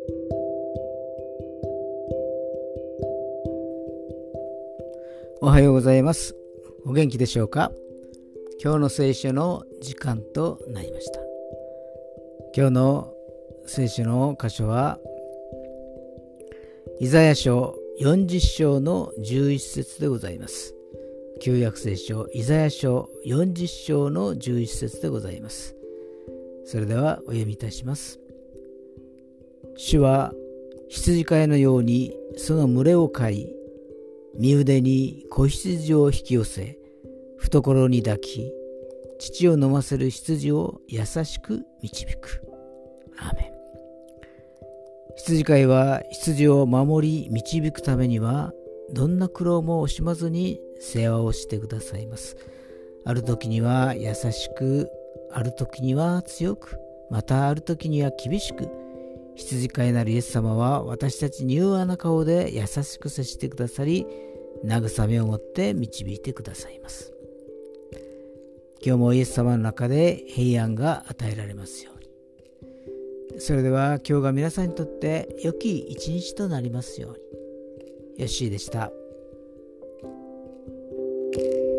おはようございます。お元気でしょうか？今日の聖書の時間となりました。今日の聖書の箇所はイザヤ書40章の11節でございます。旧約聖書イザヤ書40章の11節でございます。それではお読みいたします。主は羊飼いのようにその群れを飼い、身腕に子羊を引き寄せ、懐に抱き、乳を飲ませる羊を優しく導く。アーメン。羊飼いは羊を守り導くためには、どんな苦労も惜しまずに世話をしてくださいます。ある時には優しく、ある時には強く、またある時には厳しく、羊飼いなるイエス様は私たちに柔和な顔で優しく接してくださり、慰めを持って導いてくださいます。今日もイエス様の中で平安が与えられますように。それでは今日が皆さんにとって良き一日となりますように。ヨッシーでした。